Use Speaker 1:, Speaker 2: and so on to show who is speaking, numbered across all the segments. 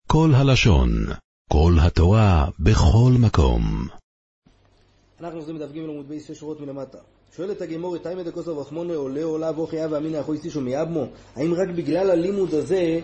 Speaker 1: כל הלשון, כל התורה, בכל מקום.
Speaker 2: אנחנו עושים את ג' עמוד בייס 6 שורות מלמטה. שואלת הגמור, תאימא דקוסו ורחמונה עולה עולה ואוכיה ואמינא אחוי סישו מיאבמו, האם רק בגלל הלימוד הזה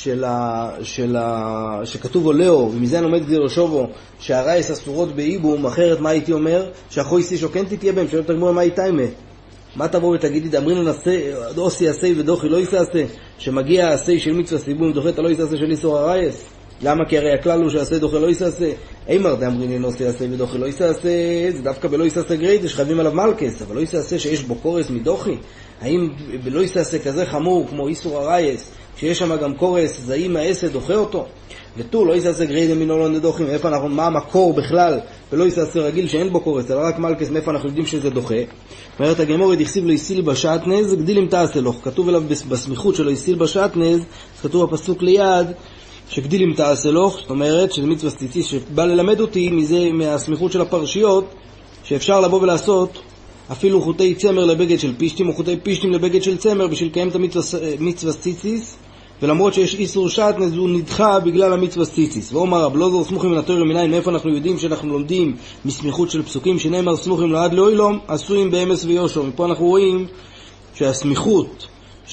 Speaker 2: שכתוב עולהו, ומזה נומד גזיר שובו, שהרייס אסורות באיבום, אחרת מה הייתי אומר? שאחוי סישו כן תתייבם. שואלת הגמור, מה היא תאימא? מה תבוא ותגידי, דאמרין דוסי עשי ודוחי לא יסעשה, שמגיע העשי של מצווה סיבום דוחת לא יסעשה של איסור הרייס? למה? כי הרי הכלל הוא שעשה דוחה לא יסעשה. אימר דאמרין נוסי עשה ודוחי לא יסעשה, זה דווקא בלא יסעשה גריידש, חייבים עליו מלכס, אבל לא יסעשה שיש בו קורס מדוחי. האם בלא יסעשה כזה חמור כמו איסור הרייס, שיש שם גם קורס זהים העשה דוחה אותו? ותו לא יסעשה גריידה מנולון לדוחים, איפה אנחנו, מה המקור בכלל ולא יסעשה רגיל שאין בו קורס, אלא רק מלכס, מאיפה אנחנו יודעים שזה דוחה? אומרת הגמור, דכסיב לא יסיל בשעטנז גדילים תעשה לו, כתוב אליו בסמיכות שלו יסיל בשעטנז, כתוב הפסוק ליד שגדילים תעשה לו, זאת אומרת שזה מצווה ציציס שבא ללמד אותי מזה, מהסמיכות של הפרשיות, שאפשר לבוא ולעשות אפילו חוטי צמר לבגד של פישטים או חוטי פישטים לבגד של צמר בשביל לקיים את המצווה ציציס, ולמרות שיש איסור שעטנז הוא נדחה בגלל המצווה ציציס. ואומר רב לא זו סמוכים מן התורה מניין, מאיפה אנחנו יודעים שאנחנו לומדים מסמיכות של פסוקים שנאמר סמוכים לעד לאוילום עשויים באמס ויושר. מפה אנחנו רואים שהסמיכות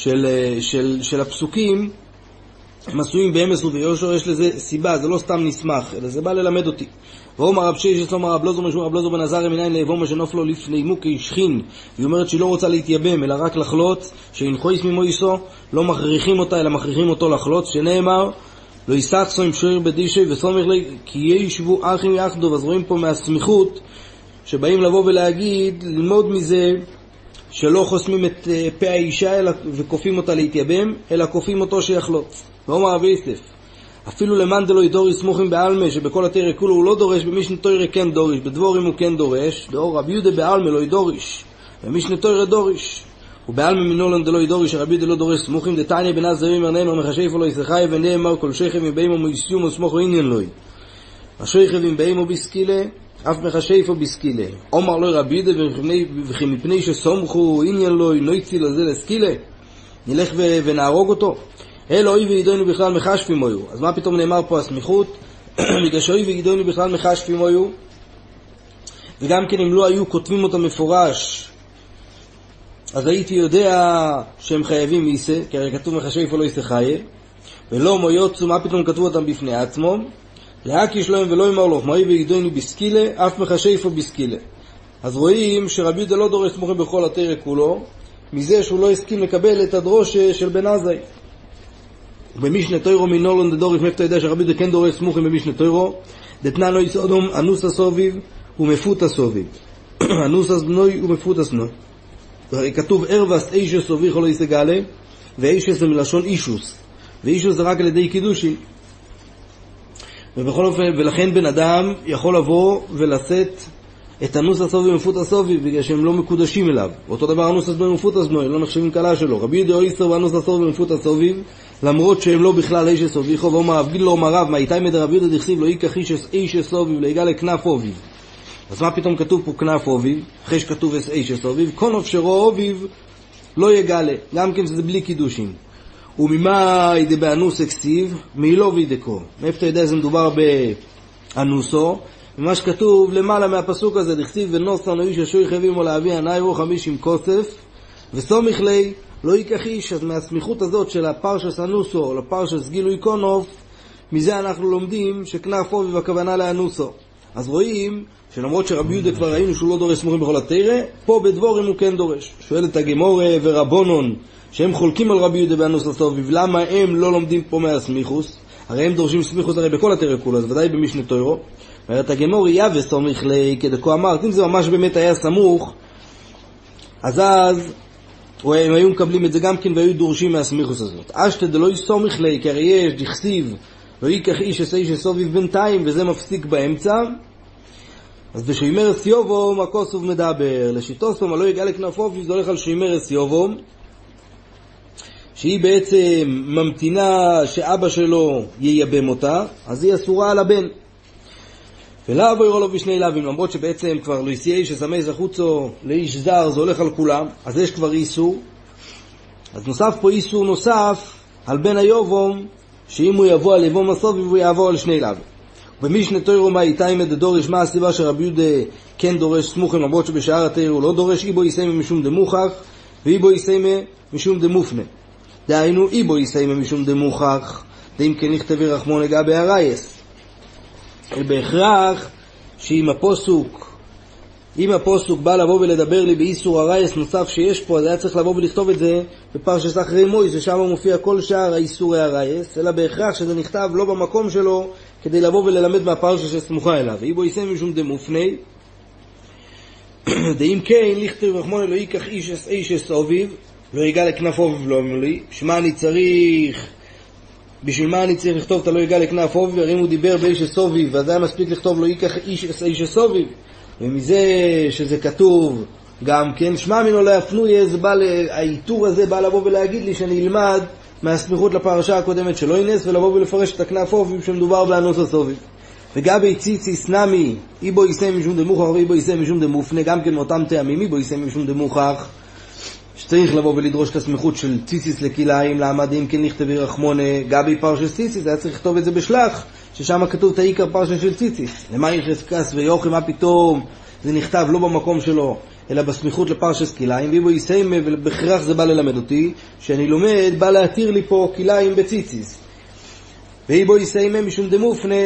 Speaker 2: של הפסוקים הם עשויים באמס וביושר, יש לזה סיבה, זה לא סתם נשמח, אלא זה בא ללמד אותי. ואומר רב שייש אומר רב לוזו משום רב לוזו בן עזריה מניין לאבום שנופלו לפני מוקי שכין, היא אומרת שהיא לא רוצה להתייבם אלא רק לחלוץ, שהנחויס ממויסו, לא מכריחים אותה אלא מכריחים אותו לחלוץ, שנאמר לא יסחסו עם שריר בדישי וסומך לי כי ישבו אחים יחדו. אז רואים פה מהסמיכות שבאים לבוא ולהגיד, ללמוד מזה שלא חוסמים את פה האישה וקופים אותה להתייבם, אלא קופים אותו שיחלוץ. ואומר רבי יוסף, אפילו למאן דלא ידורי סמוכים בעלמה, שבכל התורה כולו הוא לא דורש, במשנה תורה כן דורש, בדבורים הוא כן דורש, דאור רבי יהודה בעלמה לא ידורש, במשנה תורה דורש. ובעלמה מנולן דלא ידורש, רבי יהודה לא דורש סמוכים, דתניא בן עזריה מרננו מחשייפו לא ישחי, ונאמר כל שכב מבהמה מויסיום וסמוכו עניין לוי. השכב מבהמה בסקילה, אף מחשייפו בסקילה. אומר לו רבי יהודה, וכי מפני שסמוכו עניין לוי, נויצי לזה לסקילה, נלך ונהרוג אותו. אלוהי וידונו בכלל מחשפים היו. אז מה פתאום נאמר פה הסמיכות? בגלל שאוי וידונו בכלל מחשפים היו, וגם כן אם לא היו כותבים אותם מפורש, אז הייתי יודע שהם חייבים מיסה, כי הרי כתוב מחשב ולא יסה חיה, ולא מויוצו, מה פתאום כתבו אותם בפני עצמו? להקיש להם ולא יאמר לו, מאי וידונו בסקילה, אף מחשב ובסקילה. אז רואים שרבי יהודה לא דורש סמוכים בכל התורה כולו, מזה שהוא לא הסכים לקבל את הדרוש של בן עזאי. במשנה תורה מנולון דדוריף, מאיפה אתה יודע שרבי יהודה כן דורש סמוכים במשנה תורה? דתנן לא יסודום אנוס הסוביב ומפות הסוביב. אנוס הסנוי ומפות הסנוי. כתוב ארבס אישס סוביך לא יסגלה, ואישס זה מלשון אישוס, ואישוס זה רק על ידי קידושין. ובכל אופן, ולכן בן אדם יכול לבוא ולשאת את אנוס הסוביב ומפות הסוביב בגלל שהם לא מקודשים אליו. אותו דבר אנוס הסנוי ומפות הסנוי, לא נחשבים קלה שלו. רבי יהודה אויסר ואנוס הסוביב ומפות הסוביב, למרות שהם לא בכלל איש סוביחו. ואומר אבגיל לו אומר רב, מאיתי מדר רבי יהודה דכסיב לא ייקח איש סוביב להיגע לכנף אוביב. אז מה פתאום כתוב פה כנף אוביב? אחרי שכתוב איש סוביב, כל אפשרו אוביב לא יגלה, גם כן זה בלי קידושים. וממה ידי באנוס אקסיב מילו וידקו. מאיפה אתה יודע זה מדובר באנוסו? ממה שכתוב למעלה מהפסוק הזה, דכסיב ונוסן איש אשוי חבימו להביא עניירו 50 כוסף וסומך לי לא ייקח איש. אז מהסמיכות הזאת של הפרשס אנוסו או לפרשס גילוי קונוף, מזה אנחנו לומדים שכנף אוביב הכוונה לאנוסו. אז רואים שלמרות שרבי יהודה כבר ראינו שהוא לא דורש סמוכים בכל התורה, פה בדבורים הוא כן דורש. שואלת הגמורה ורבונון שהם חולקים על רבי יהודה באנוס הסוביב, למה הם לא לומדים פה מהסמיכוס? הרי הם דורשים סמיכוס הרי בכל התורה כולו, אז ודאי במשנה תורה. אומרת הגמורה יווה סומך לי כדקו אמרת, אם זה ממש באמת היה סמוך, אז הם היו מקבלים את זה גם כן והיו דורשים מהסמיכוס הזאת. אשתא דלא יסומך לי, כי הרי יש דכסיב לא ייקח איש סוביב בינתיים, וזה מפסיק באמצע. אז בשימרס יובום הכוסוב מדבר לשיטוסום הלא יגע לכנף אוביב, זה הולך על שימרס יובום, שהיא בעצם ממתינה שאבא שלו ייבם אותה, אז היא אסורה על הבן. ולאו יראו לו בשני לבים, למרות שבעצם כבר לא יסיעי ששמי זחוצו לאיש זר, זה הולך על כולם, אז יש כבר איסור. אז נוסף פה איסור נוסף על בן היובום, שאם הוא יבוא על יבוא מסוף, הוא יעבור על שני לב. במשנה תוירו מה איתי מדדורש, מה הסיבה שרבי יהודה כן דורש סמוכים, למרות שבשאר התוירו הוא לא דורש, איבו יסיימה משום דמוכח, ואיבו יסיימה משום דמופנה. דהיינו, איבו יסיימה משום דמוכח, דאם כן נכתבי רחמון לגבי הרייס. בהכרח שאם הפוסוק בא לבוא ולדבר לי באיסור הרייס נוסף שיש פה, אז היה צריך לבוא ולכתוב את זה בפרשת אחרי מויס, ושם מופיע כל שאר האיסורי הרייס, אלא בהכרח שזה נכתב לא במקום שלו, כדי לבוא וללמד מהפרשה שסמוכה אליו. ואיבו יסיימה משום דמופני, דאם כן לכתב רחמון לא ייקח איש סוביב, לא ייגע לכנף אוביב לא אמרו לי, בשביל מה אני צריך לכתוב אתה לא ייגע לכנף אוביב? הרי אם הוא דיבר באיש סוביב, אז היה מספיק לכתוב לא ייקח איש סוביב. ומזה שזה כתוב גם כן, שמע מינו לא יפנוי, האיתור הזה בא לבוא ולהגיד לי שאני אלמד מהסמיכות לפרשה הקודמת שלא ינס, ולבוא ולפרש את הכנף אוביב שמדובר באנוס הסוביב. וגבי ציציס נמי, איבו יסיימה משום דמוכח ואיבו יסיימה משום דמופנה, גם כן מאותם טעמים, איבו יסיימה משום דמוכח, שצריך לבוא ולדרוש את הסמיכות של ציציס לכיליים, למה דאם כן נכתבי רחמונה, גבי פרשת ציציס, היה צריך לכתוב את זה בשלח, ששם כתוב את העיקר פרשה של ציציס. למה יחזקס ויוחי, מה פתאום זה נכתב לא במקום שלו, אלא בסמיכות לפרשת כיליים, ואיבו יסיימה, ובכרח זה בא ללמד אותי, שאני לומד, בא להתיר לי פה כיליים בציציס. ואיבו יסיימה משום דמופנה,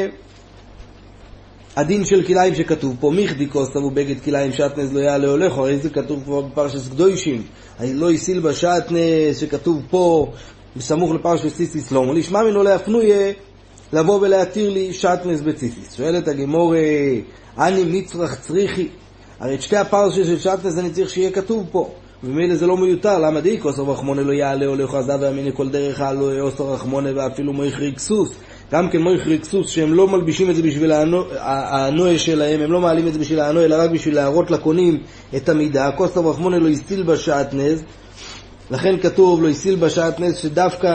Speaker 2: הדין של כיליים שכתוב פה, מיכדי כוסתו בגד כיליים שעטנז לא יעלה הולך, הרי זה כתוב כבר בפרשת קדושים, לא יסיל בשעטנז שכתוב פה בסמוך לפרשת ציציס לא מולי, שמע מינו לא יפנויה לבוא ולהתיר לי שעטנז בציציס. שואלת הגמור, אני מצרך צריכי, הרי את שתי הפרשת של שעטנז אני צריך שיהיה כתוב פה, ומילא זה לא מיותר, למה די כוסר רחמונה לא יעלה הולך, עזב ואמיני כל דרך לא יעשה רחמונה ואפילו מויך רגסוס, גם כן מויך רגסוס שהם לא מלבישים את זה בשביל הנועה שלהם, הם לא מעלים את זה בשביל הנועה, אלא רק בשביל להראות לקונים את המידה. כוסר רחמונה לא יסיל בשעטנז, לכן כתוב לא יסיל בשעטנז, שדווקא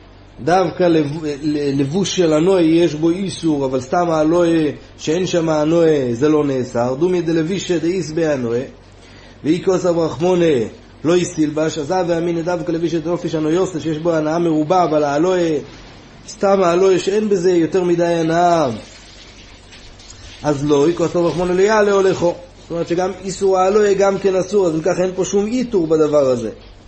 Speaker 2: לבוש של הנועה יש בו איסור, אבל סתם הנועה שאין שם הנועה זה לא נאסר. דומי דלבישה דאיס בהנועה, ואי כוסר רחמונה לא יסיל בש, עזב ואמין דווקא לבישה דנופיש הנויוסה שיש בו הנאה מרובה, אבל הנועה סתם העלוי שאין בזה יותר מדי הנאה, אז לא, כוסר רחמונה לא יעלה הולכו. זאת אומרת שגם איסור העלוי גם כן אסור, אז אם ככה אין פה שום איתור בדבר הזה.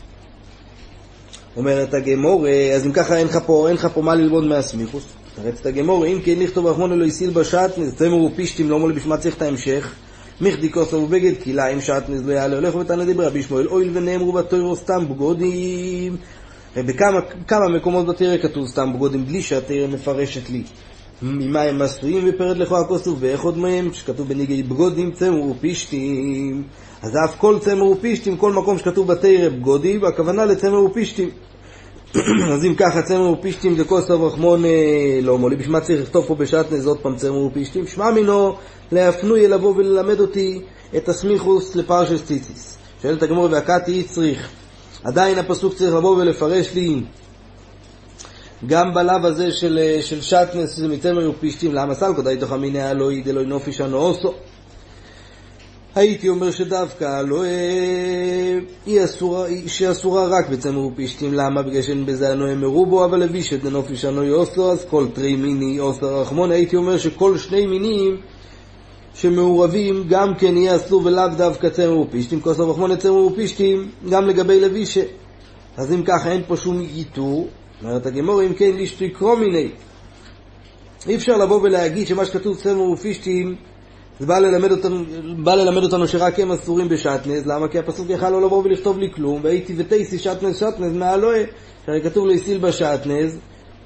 Speaker 2: אומרת הגמור, אז אם ככה אין לך פה מה ללמוד מהסמיכוס. תרץ את הגמור, אם כן לכתוב רחמונה לא יסיל בשעטנז, תמרו פישטים לא מולי בשמה צריך את ההמשך, מיכדי כוסר ובגד כיליים שעטנז לא יעלה הולכו, ותנא דיבר רבי שמואל אויל ונאמרו בתוירו סתם בגודים. בכמה מקומות בתורה כתוב סתם בגודים בלי שהתורה מפרשת לי ממה הם עשויים, ופרד לכו הכוסוף ואיך עוד מהם שכתוב בניגי בגודים צמר ופשטים. אז אף כל צמר ופשטים, כל מקום שכתוב בתורה בגודים, והכוונה לצמר ופשטים. אז אם ככה צמר ופשטים זה כוסף רחמון לא מולי, בשמה צריך לכתוב פה בשעטנז עוד פעם צמר ופשטים, שמע מינו להפנוי לבוא וללמד אותי את הסמיכוס לפרשת ציציס. שואלת הגמור, והקאתי צריך, עדיין הפסוק צריך לבוא ולפרש לי גם בלב הזה של שעטנז שזה מצמר ופשטים, למה סלקו די תוך המיני אלוהי דלוי נופיש הנועסו. הייתי אומר שדווקא לא היא אסורה רק בצמר ופשטים. למה? בגלל שאין בזה הנועה מרובו, אבל לבישת דנופיש הנועסו, אז כל תרי מיני אוסר רחמון. הייתי אומר שכל שני מינים שמעורבים גם כן יהיה אסור, ולאו דווקא צמר ופשטים, כוסר רחמון לצמר ופשטים גם לגבי לבישה. אז אם ככה אין פה שום איתור. אומרת הגמור, אם כן לישתו יקרוא מיני, אי אפשר לבוא ולהגיד שמה שכתוב צמר ופשטים זה בא ללמד אותנו שרק הם אסורים בשעטנז. למה? כי הפסוק יכל לא לבוא ולכתוב לי כלום, והייתי ותייסי שעטנז מהאלוהי, שהרי כתוב להסיל בשעטנז,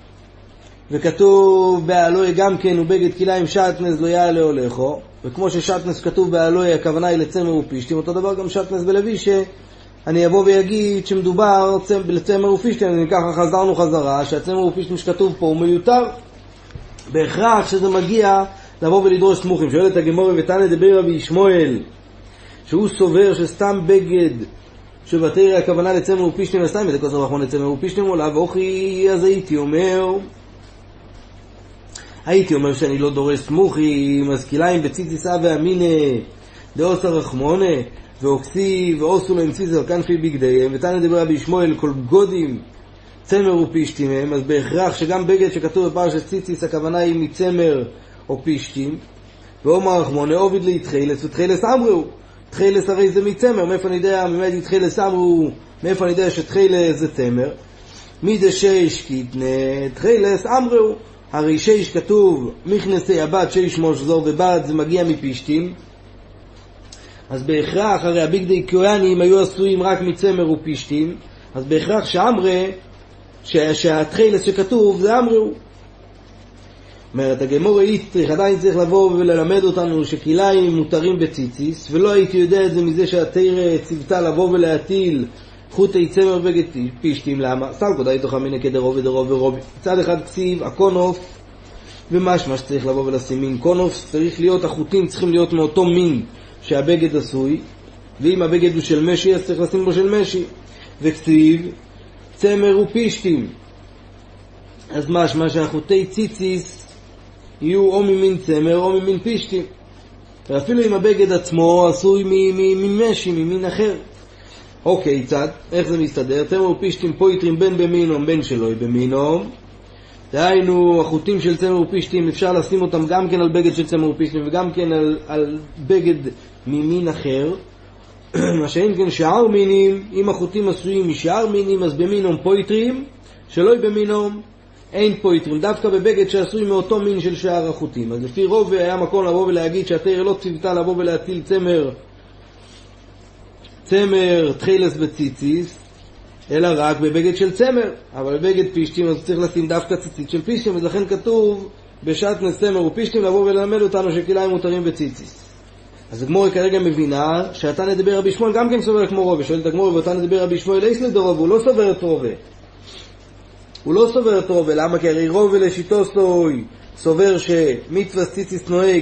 Speaker 2: וכתוב באלוהי גם כן ובגד כיליים שעטנז לא יעלה הולכו, וכמו ששעטנז כתוב באלוהי הכוונה היא לצמר ופשטים, אותו דבר גם שעטנז בלבישה. אני אבוא ויגיד שמדובר לצמר ופשטים, אז ככה חזרנו חזרה שהצמר ופשטים שכתוב פה הוא מיותר, בהכרח שזה מגיע לבוא ולדרוש סמוכים. שואלת הגמור, ותנא דבר רבי שמואל שהוא סובר שסתם בגד שבתורה הכוונה לצמר ופשטים, סתם את כוסר רחמון לצמר ופשטים עולה ואוכי, אז הייתי אומר שאני לא דורש סמוכים. אז כיליים בציציסה ואמינה דאוסר רחמונה ואוקסי ואוסו להם ציצר כנפי בגדיהם. ותנא דבר רבי שמואל כל גודים צמר ופישתים הם, אז בהכרח שגם בגד שכתוב בפרשת ציציס הכוונה היא מצמר או פישתים. ואומר רחמונה עובד לי תחילס ותחילס אמרו. תחילס הרי זה מצמר, מאיפה אני יודע, ממדי תחילס אמרו, מאיפה אני יודע שתחילס זה צמר? מידה שיש קיטנה, תחילס אמרו. הרי שיש כתוב מכנסי הבד, שיש מושזור ובד, זה מגיע מפישתים. אז בהכרח, הרי הבגדי קויאנים היו עשויים רק מצמר ופישתים, אז בהכרח שאמרה, שהתחילס שכתוב זה אמרו. אומרת, הגמור היטריך עדיין צריך לבוא וללמד אותנו שכיליים מותרים בציציס, ולא הייתי יודע את זה מזה שהתירה צוותה לבוא ולהטיל חוטי צמר בגד פישתים. למה? סתם קודאי תוכה מיני כדרוב ודרוב ורובי. מצד אחד כסיב, הקונוף, ומשמע שצריך לבוא ולשים מין קונוף, צריך להיות, החוטים צריכים להיות מאותו מין שהבגד עשוי, ואם הבגד הוא של משי, אז צריך לשים בו של משי. וכסיב, צמר ופישתים. אז משמע שהחוטי ציציס יהיו או ממין צמר או ממין פישתים. ואפילו אם הבגד עצמו עשוי ממשי, ממין אחר. אוקיי, צד, איך זה מסתדר? צמר ופישתים פה יתרים בין במינום, בין שלא במינום. דהיינו, החוטים של צמר ופישתים אפשר לשים אותם גם כן על בגד של צמר ופישתים וגם כן על בגד ממין אחר. מה שאין כן שאר מינים, אם החוטים עשויים משאר מינים, אז במינום פה יתרים, שלא במינום אין פה יתרים. דווקא בבגד שעשוי מאותו מין של שאר החוטים. אז לפי רוב היה מקום לבוא ולהגיד שהתירה לא צוותה לבוא ולהטיל צמר תחילס בציציס, אלא רק בבגד של צמר. אבל בבגד פישתים אז צריך לשים דווקא ציצית של פישתים, אז לכן כתוב בשעת צמר ופישתים לבוא וללמד אותנו שכיליים מותרים בציציס. אז הגמור כרגע מבינה שאתה נדבר רבי שמואל גם כן סובר כמו רובה. שואלת הגמור, ואתה נדבר רבי שמואל איס לדרובה, הוא לא סובר את רובה. הוא לא סובר את רובה, למה? כי הרי רובה לשיטו סובר שמצוות ציציס נוהג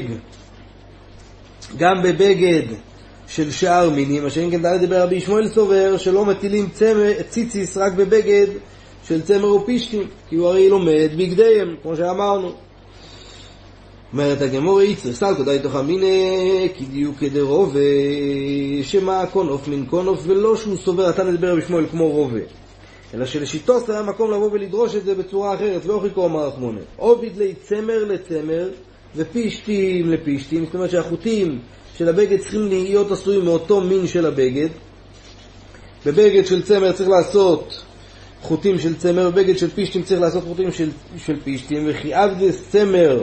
Speaker 2: גם בבגד של שאר מינים. מה שאין כן אתה נדבר רבי שמואל סובר שלא מטילים ציציס רק בבגד של צמר ופישתים, כי הוא הרי לומד בגדיהם, כמו שאמרנו. אומרת הגמור יצר סל קודאי תוכה מיני כי דיוק כדרובה שמה קונוף מן קונוף, ולא שהוא סובר אתה נדבר רבי שמואל כמו רובה, אלא שלשיטוס היה מקום לבוא ולדרוש את זה בצורה אחרת. לא חיכו אמר רחמונה עובד לי צמר לצמר ופישתים לפישתים, זאת אומרת שהחוטים של הבגד צריכים להיות עשויים מאותו מין של הבגד. בבגד של צמר צריך לעשות חוטים של צמר, בבגד של פישתים צריך לעשות חוטים של פישתים. וכי עבדס צמר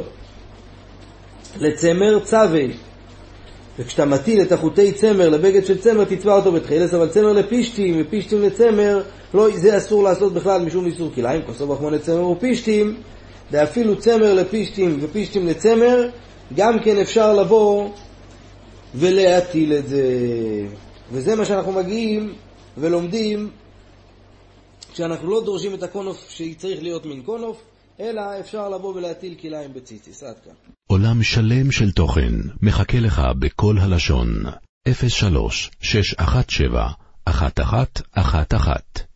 Speaker 2: לצמר צווי, וכשאתה מטיל את החוטי צמר לבגד של צמר תצבע אותו בתחילס, אבל צמר לפישתים ופישתים לצמר לא, זה אסור לעשות בכלל משום איסור כליים, כוסו בחמונה צמר ופישתים. ואפילו צמר לפישתים ופישתים לצמר גם כן אפשר לבוא ולהטיל את זה. וזה מה שאנחנו מגיעים ולומדים, כשאנחנו לא דורשים את הקונוף שצריך להיות מן קונוף, אלא אפשר לבוא ולהטיל כליים בציציס. עד כאן.
Speaker 1: עולם שלם של תוכן מחכה לך בכל הלשון. 03-617-1111